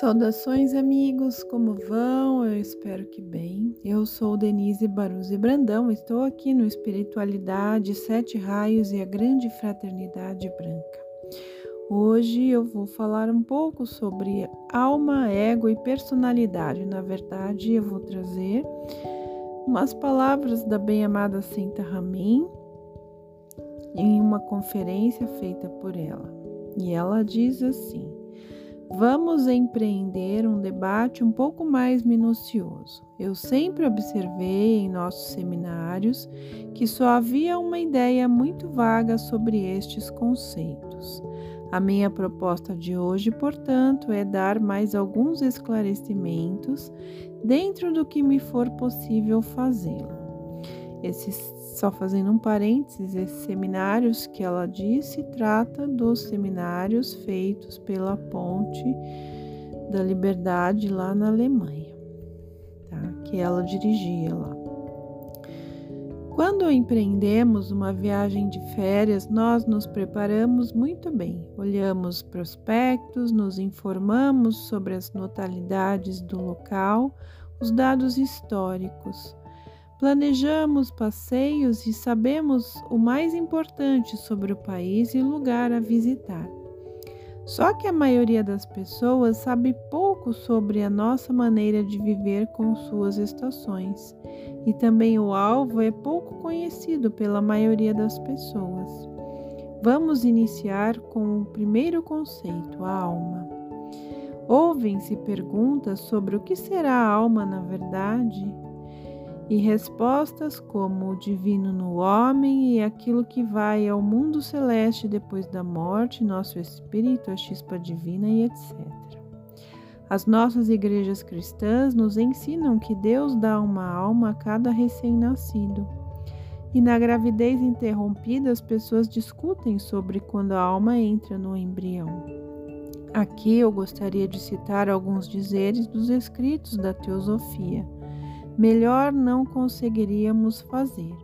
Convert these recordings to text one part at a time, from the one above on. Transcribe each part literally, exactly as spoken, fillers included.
Saudações, amigos, como vão? Eu espero que bem. Eu sou Denise Baruzzi Brandão, estou aqui no Espiritualidade, Sete Raios e a Grande Fraternidade Branca. Hoje eu vou falar um pouco sobre alma, ego e personalidade. Na verdade, eu vou trazer umas palavras da bem-amada Senta Ramin em uma conferência feita por ela. E ela diz assim: vamos empreender um debate um pouco mais minucioso. Eu sempre observei em nossos seminários que só havia uma ideia muito vaga sobre estes conceitos. A minha proposta de hoje, portanto, é dar mais alguns esclarecimentos dentro do que me for possível fazê-lo. Esses, só fazendo um parênteses, esses seminários que ela disse, trata dos seminários feitos pela Ponte da Liberdade lá na Alemanha, tá? Que ela dirigia lá. Quando empreendemos uma viagem de férias, nós nos preparamos muito bem. Olhamos prospectos, nos informamos sobre as notalidades do local, os dados históricos. Planejamos passeios e sabemos o mais importante sobre o país e o lugar a visitar. Só que a maioria das pessoas sabe pouco sobre a nossa maneira de viver com suas estações, e também o alvo é pouco conhecido pela maioria das pessoas. Vamos iniciar com o primeiro conceito, a alma. Ouvem-se perguntas sobre o que será a alma na verdade, e respostas como o divino no homem e aquilo que vai ao mundo celeste depois da morte, nosso espírito, a chispa divina e etcétera. As nossas igrejas cristãs nos ensinam que Deus dá uma alma a cada recém-nascido. E na gravidez interrompida, as pessoas discutem sobre quando a alma entra no embrião. Aqui eu gostaria de citar alguns dizeres dos escritos da teosofia. Melhor não conseguiríamos fazer.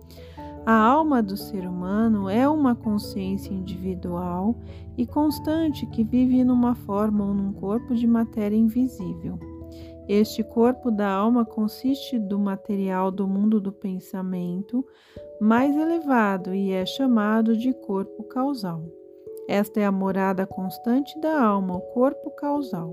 A alma do ser humano é uma consciência individual e constante que vive numa forma ou num corpo de matéria invisível. Este corpo da alma consiste do material do mundo do pensamento mais elevado e é chamado de corpo causal. Esta é a morada constante da alma, o corpo causal.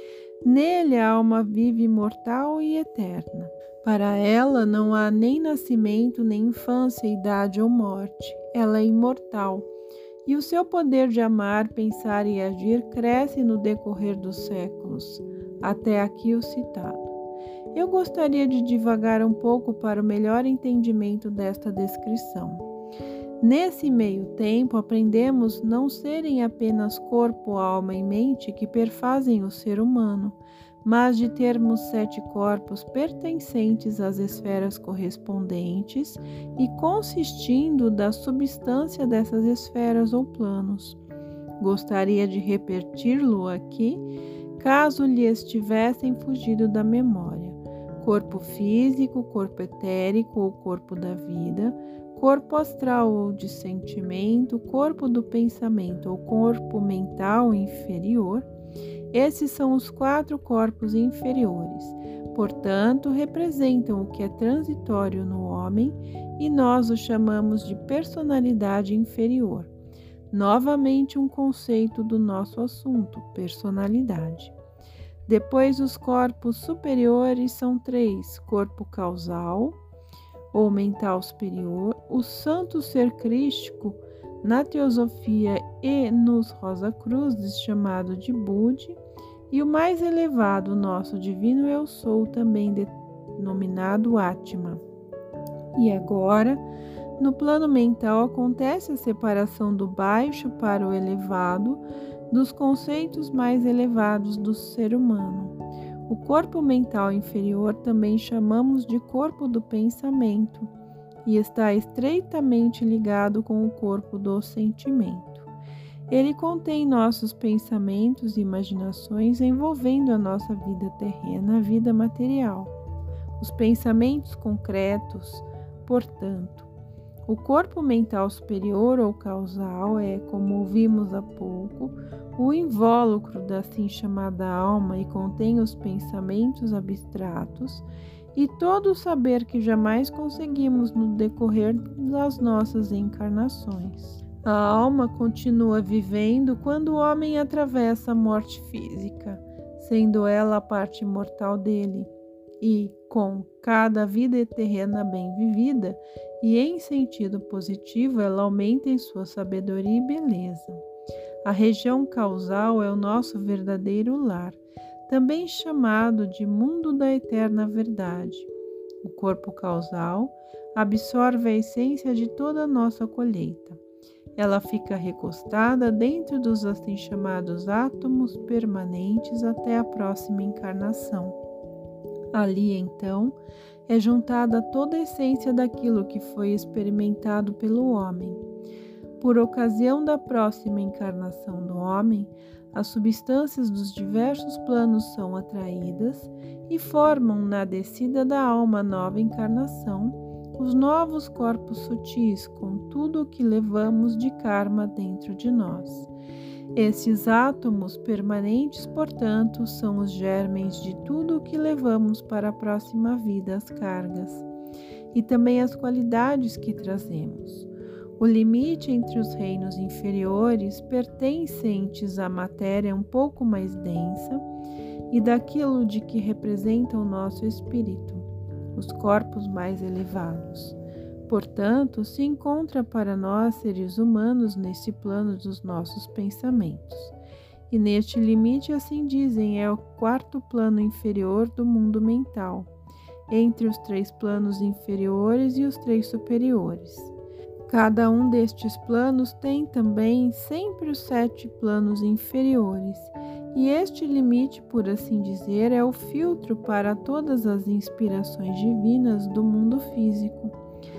Nele a alma vive imortal e eterna. Para ela não há nem nascimento, nem infância, idade ou morte. Ela é imortal. E o seu poder de amar, pensar e agir cresce no decorrer dos séculos. Até aqui o citado. Eu gostaria de divagar um pouco para o melhor entendimento desta descrição. Nesse meio tempo, aprendemos não serem apenas corpo, alma e mente que perfazem o ser humano, mas de termos sete corpos pertencentes às esferas correspondentes e consistindo da substância dessas esferas ou planos. Gostaria de repetir-lo aqui, caso lhe estivessem fugido da memória. Corpo físico, corpo etérico ou corpo da vida, corpo astral ou de sentimento, corpo do pensamento ou corpo mental inferior. Esses são os quatro corpos inferiores, portanto, representam o que é transitório no homem e nós o chamamos de personalidade inferior. Novamente um conceito do nosso assunto, personalidade. Depois os corpos superiores são três: corpo causal, ou mental superior, o santo ser crístico, na teosofia e nos Rosa Cruzes, chamado de Budi, e o mais elevado, nosso divino eu sou, também denominado Atma. E agora, no plano mental, acontece a separação do baixo para o elevado, dos conceitos mais elevados do ser humano. O corpo mental inferior também chamamos de corpo do pensamento e está estreitamente ligado com o corpo do sentimento. Ele contém nossos pensamentos e imaginações envolvendo a nossa vida terrena, a vida material. Os pensamentos concretos, portanto, O corpo mental superior ou causal é, como ouvimos há pouco, o invólucro da assim chamada alma e contém os pensamentos abstratos e todo o saber que jamais conseguimos no decorrer das nossas encarnações. A alma continua vivendo quando o homem atravessa a morte física, sendo ela a parte mortal dele, e, com cada vida terrena bem vivida, e em sentido positivo, ela aumenta em sua sabedoria e beleza. A região causal é o nosso verdadeiro lar, também chamado de mundo da eterna verdade. O corpo causal absorve a essência de toda a nossa colheita. Ela fica recostada dentro dos assim chamados átomos permanentes até a próxima encarnação. Ali, então, é juntada toda a essência daquilo que foi experimentado pelo homem. Por ocasião da próxima encarnação do homem, as substâncias dos diversos planos são atraídas e formam na descida da alma nova encarnação os novos corpos sutis com tudo o que levamos de karma dentro de nós. Esses átomos permanentes, portanto, são os germens de tudo o que levamos para a próxima vida, as cargas, e também as qualidades que trazemos. O limite entre os reinos inferiores, pertencentes à matéria um pouco mais densa, e daquilo de que representa o nosso espírito, os corpos mais elevados. Portanto, se encontra para nós, seres humanos, nesse plano dos nossos pensamentos. E neste limite, assim dizem, é o quarto plano inferior do mundo mental, entre os três planos inferiores e os três superiores. Cada um destes planos tem também sempre os sete planos inferiores, e este limite, por assim dizer, é o filtro para todas as inspirações divinas do mundo físico.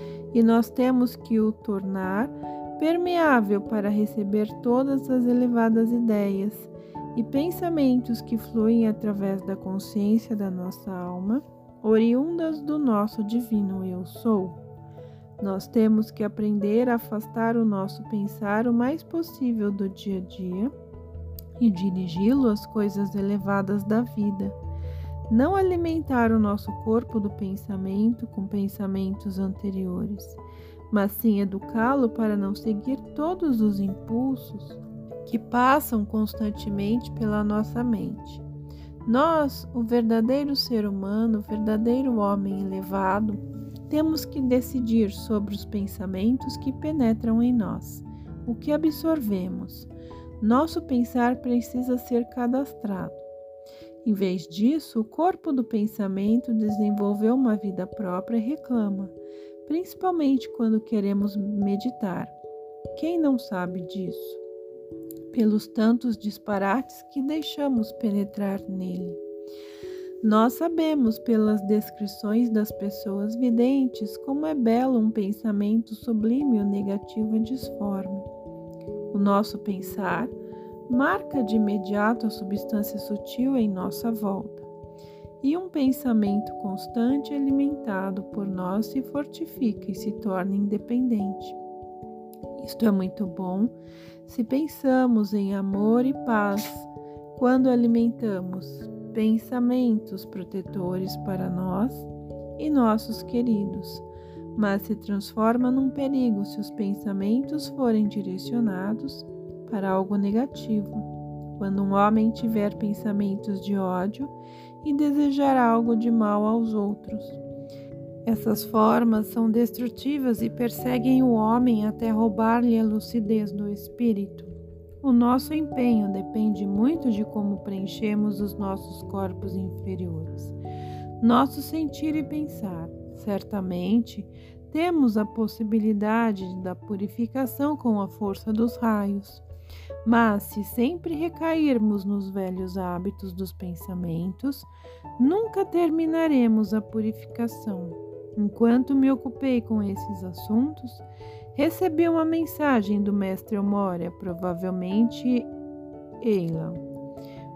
E nós temos que o tornar permeável para receber todas as elevadas ideias e pensamentos que fluem através da consciência da nossa alma, oriundas do nosso divino Eu Sou. Nós temos que aprender a afastar o nosso pensar o mais possível do dia a dia e dirigi-lo às coisas elevadas da vida. Não alimentar o nosso corpo do pensamento com pensamentos anteriores, mas sim educá-lo para não seguir todos os impulsos que passam constantemente pela nossa mente. Nós, o verdadeiro ser humano, o verdadeiro homem elevado, temos que decidir sobre os pensamentos que penetram em nós, o que absorvemos. Nosso pensar precisa ser cadastrado. Em vez disso, o corpo do pensamento desenvolveu uma vida própria e reclama, principalmente quando queremos meditar. Quem não sabe disso? Pelos tantos disparates que deixamos penetrar nele. Nós sabemos pelas descrições das pessoas videntes como é belo um pensamento sublime ou negativo e disforme. O nosso pensar marca de imediato a substância sutil em nossa volta, e um pensamento constante alimentado por nós se fortifica e se torna independente. Isto é muito bom se pensamos em amor e paz, quando alimentamos pensamentos protetores para nós e nossos queridos, mas se transforma num perigo se os pensamentos forem direcionados para algo negativo. Quando um homem tiver pensamentos de ódio e desejar algo de mal aos outros, essas formas são destrutivas e perseguem o homem até roubar-lhe a lucidez do espírito. O nosso empenho depende muito de como preenchemos os nossos corpos inferiores. Nosso sentir e pensar. Certamente, temos a possibilidade da purificação com a força dos raios. Mas, se sempre recairmos nos velhos hábitos dos pensamentos, nunca terminaremos a purificação. Enquanto me ocupei com esses assuntos, recebi uma mensagem do mestre Moria, provavelmente Eila.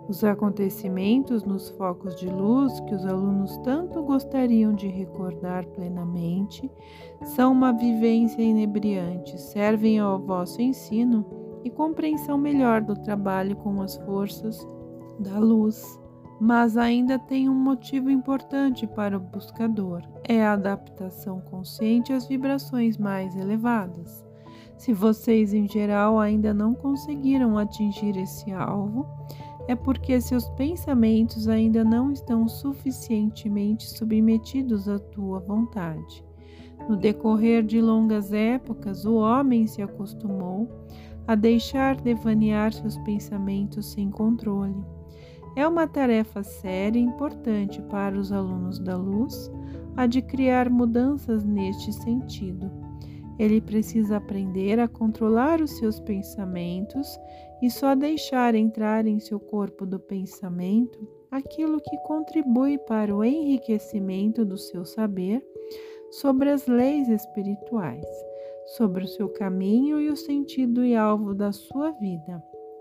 Os acontecimentos nos focos de luz que os alunos tanto gostariam de recordar plenamente são uma vivência inebriante, servem ao vosso ensino e compreensão melhor do trabalho com as forças da luz. Mas ainda tem um motivo importante para o buscador: é a adaptação consciente às vibrações mais elevadas. Se vocês, em geral, ainda não conseguiram atingir esse alvo, é porque seus pensamentos ainda não estão suficientemente submetidos à tua vontade. No decorrer de longas épocas, o homem se acostumou a deixar devanear seus pensamentos sem controle. É uma tarefa séria e importante para os alunos da luz a de criar mudanças neste sentido. Ele precisa aprender a controlar os seus pensamentos e só deixar entrar em seu corpo do pensamento aquilo que contribui para o enriquecimento do seu saber sobre as leis espirituais, sobre o seu caminho e o sentido e alvo da sua vida.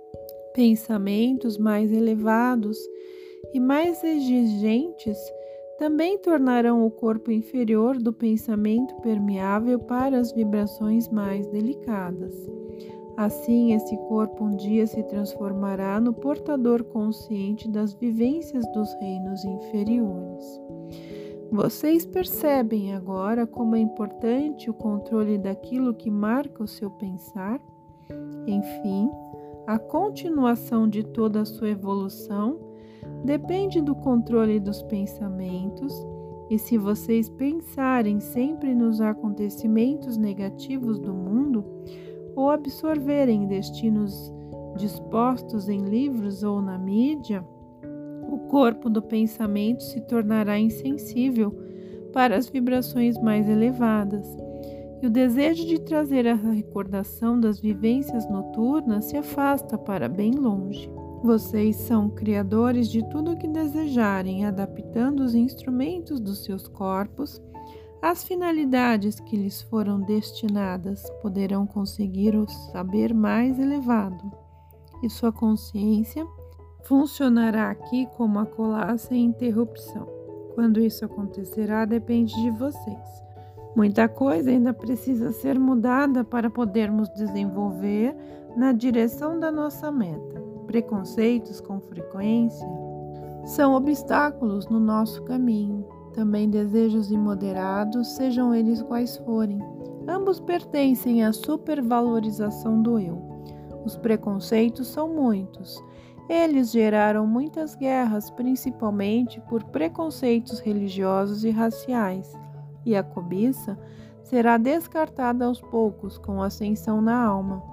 Pensamentos mais elevados e mais exigentes também tornarão o corpo inferior do pensamento permeável para as vibrações mais delicadas. Assim, esse corpo um dia se transformará no portador consciente das vivências dos reinos inferiores. Vocês percebem agora como é importante o controle daquilo que marca o seu pensar? Enfim, a continuação de toda a sua evolução depende do controle dos pensamentos, e se vocês pensarem sempre nos acontecimentos negativos do mundo, ou absorverem destinos dispostos em livros ou na mídia, o corpo do pensamento se tornará insensível para as vibrações mais elevadas, e o desejo de trazer a recordação das vivências noturnas se afasta para bem longe. Vocês são criadores de tudo o que desejarem, adaptando os instrumentos dos seus corpos às finalidades que lhes foram destinadas. Poderão conseguir o saber mais elevado, e sua consciência funcionará aqui como acolá sem interrupção. Quando isso acontecerá, depende de vocês. Muita coisa ainda precisa ser mudada para podermos desenvolver na direção da nossa meta. Preconceitos, com frequência, são obstáculos no nosso caminho. Também desejos imoderados, sejam eles quais forem. Ambos pertencem à supervalorização do eu. Os preconceitos são muitos. Eles geraram muitas guerras, principalmente por preconceitos religiosos e raciais. E a cobiça será descartada aos poucos com a ascensão na alma.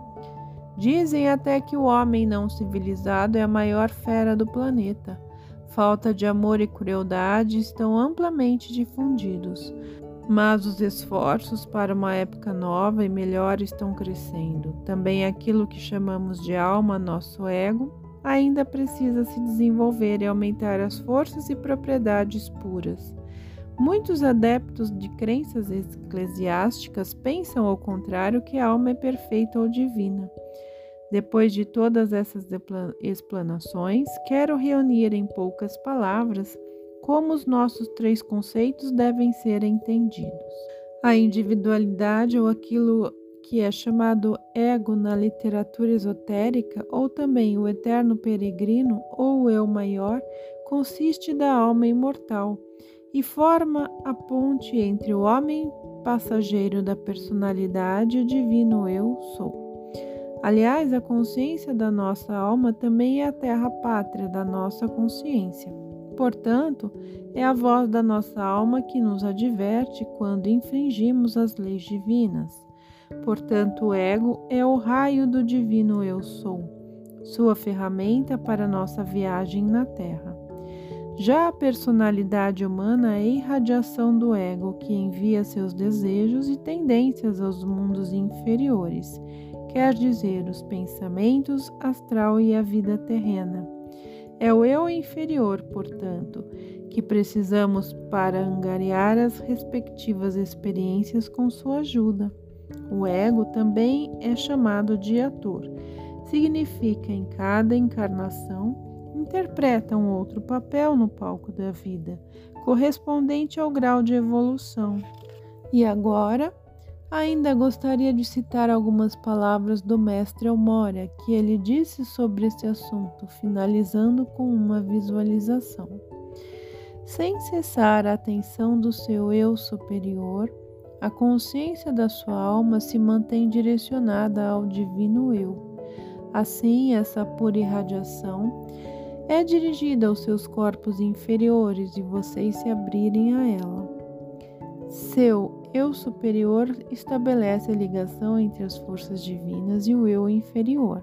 Dizem até que o homem não civilizado é a maior fera do planeta. Falta de amor e crueldade estão amplamente difundidos, mas os esforços para uma época nova e melhor estão crescendo. Também aquilo que chamamos de alma, nosso ego, ainda precisa se desenvolver e aumentar as forças e propriedades puras. Muitos adeptos de crenças eclesiásticas pensam ao contrário, que a alma é perfeita ou divina. Depois de todas essas explanações, quero reunir em poucas palavras como os nossos três conceitos devem ser entendidos. A individualidade, ou aquilo que é chamado ego na literatura esotérica, ou também o eterno peregrino ou o eu maior, consiste da alma imortal e forma a ponte entre o homem passageiro da personalidade e o divino eu sou. Aliás, a consciência da nossa alma também é a terra-pátria da nossa consciência. Portanto, é a voz da nossa alma que nos adverte quando infringimos as leis divinas. Portanto, o ego é o raio do divino eu sou, sua ferramenta para nossa viagem na Terra. Já a personalidade humana é a irradiação do ego que envia seus desejos e tendências aos mundos inferiores, quer dizer, os pensamentos, astral e a vida terrena. É o eu inferior, portanto, que precisamos para angariar as respectivas experiências com sua ajuda. O ego também é chamado de ator. Significa, em cada encarnação, interpretam outro papel no palco da vida, correspondente ao grau de evolução. E agora, ainda gostaria de citar algumas palavras do mestre Elmória, que ele disse sobre esse assunto, finalizando com uma visualização. Sem cessar a atenção do seu eu superior, a consciência da sua alma se mantém direcionada ao divino eu. Assim, essa pura irradiação é dirigida aos seus corpos inferiores e vocês se abrirem a ela. Seu eu superior estabelece a ligação entre as forças divinas e o eu inferior.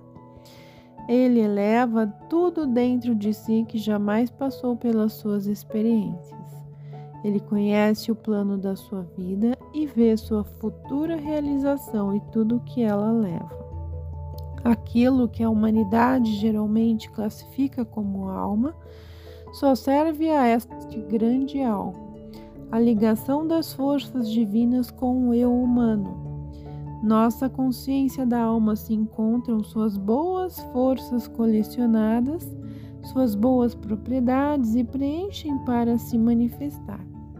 Ele eleva tudo dentro de si que jamais passou pelas suas experiências. Ele conhece o plano da sua vida e vê sua futura realização e tudo o que ela leva. Aquilo que a humanidade geralmente classifica como alma só serve a este grande algo. A ligação das forças divinas com o eu humano. Nossa consciência da alma se encontram suas boas forças colecionadas, suas boas propriedades e preenchem para se manifestar.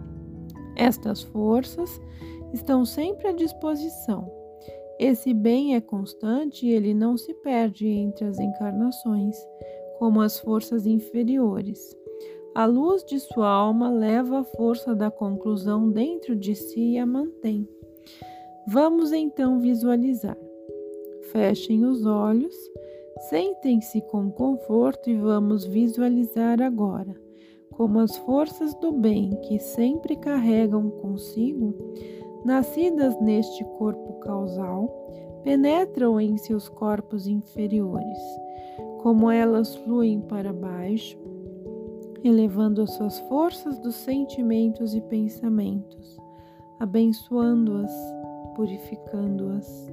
Estas forças estão sempre à disposição. Esse bem é constante e ele não se perde entre as encarnações, como as forças inferiores. A luz de sua alma leva a força da conclusão dentro de si e a mantém. Vamos então visualizar. Fechem os olhos, sentem-se com conforto e vamos visualizar agora como as forças do bem que sempre carregam consigo, nascidas neste corpo causal, penetram em seus corpos inferiores, como elas fluem para baixo, elevando as suas forças dos sentimentos e pensamentos, abençoando-as, purificando-as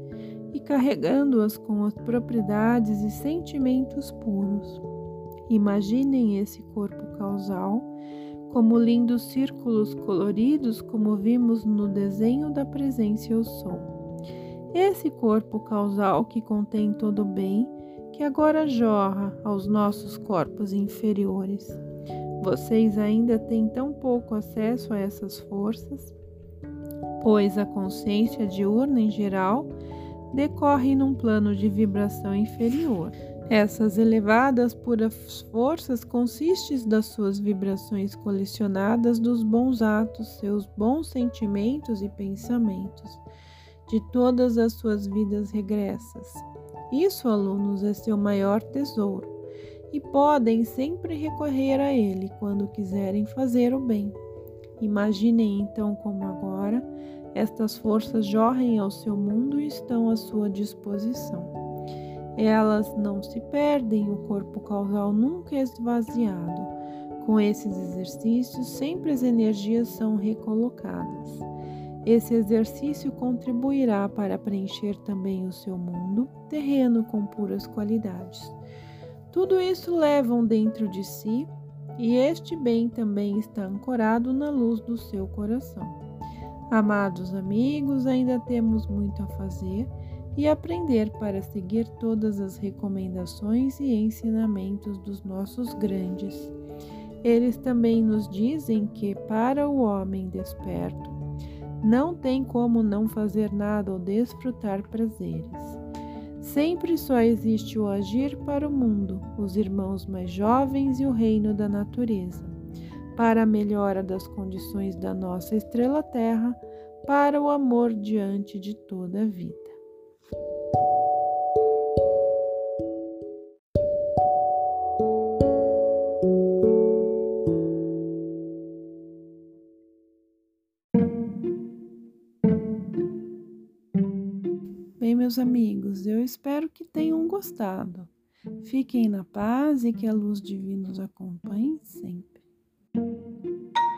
e carregando-as com as propriedades e sentimentos puros. Imaginem esse corpo causal como lindos círculos coloridos, como vimos no desenho da presença eu sou. Esse corpo causal que contém todo o bem, que agora jorra aos nossos corpos inferiores. Vocês ainda têm tão pouco acesso a essas forças, pois a consciência diurna em geral decorre num plano de vibração inferior. Essas elevadas puras forças consistem das suas vibrações colecionadas dos bons atos, seus bons sentimentos e pensamentos, de todas as suas vidas regressas. Isso, alunos, é seu maior tesouro, e podem sempre recorrer a ele quando quiserem fazer o bem. Imaginem então como agora estas forças jorrem ao seu mundo e estão à sua disposição. Elas não se perdem, o corpo causal nunca é esvaziado. Com esses exercícios, sempre as energias são recolocadas. Esse exercício contribuirá para preencher também o seu mundo terreno com puras qualidades. Tudo isso levam dentro de si, e este bem também está ancorado na luz do seu coração. Amados amigos, ainda temos muito a fazer e aprender para seguir todas as recomendações e ensinamentos dos nossos grandes. Eles também nos dizem que, para o homem desperto, não tem como não fazer nada ou desfrutar prazeres. Sempre só existe o agir para o mundo, os irmãos mais jovens e o reino da natureza, para a melhora das condições da nossa estrela Terra, para o amor diante de toda a vida. Bem, meus amigos, eu espero que tenham gostado. Fiquem na paz e que a luz divina os acompanhe sempre.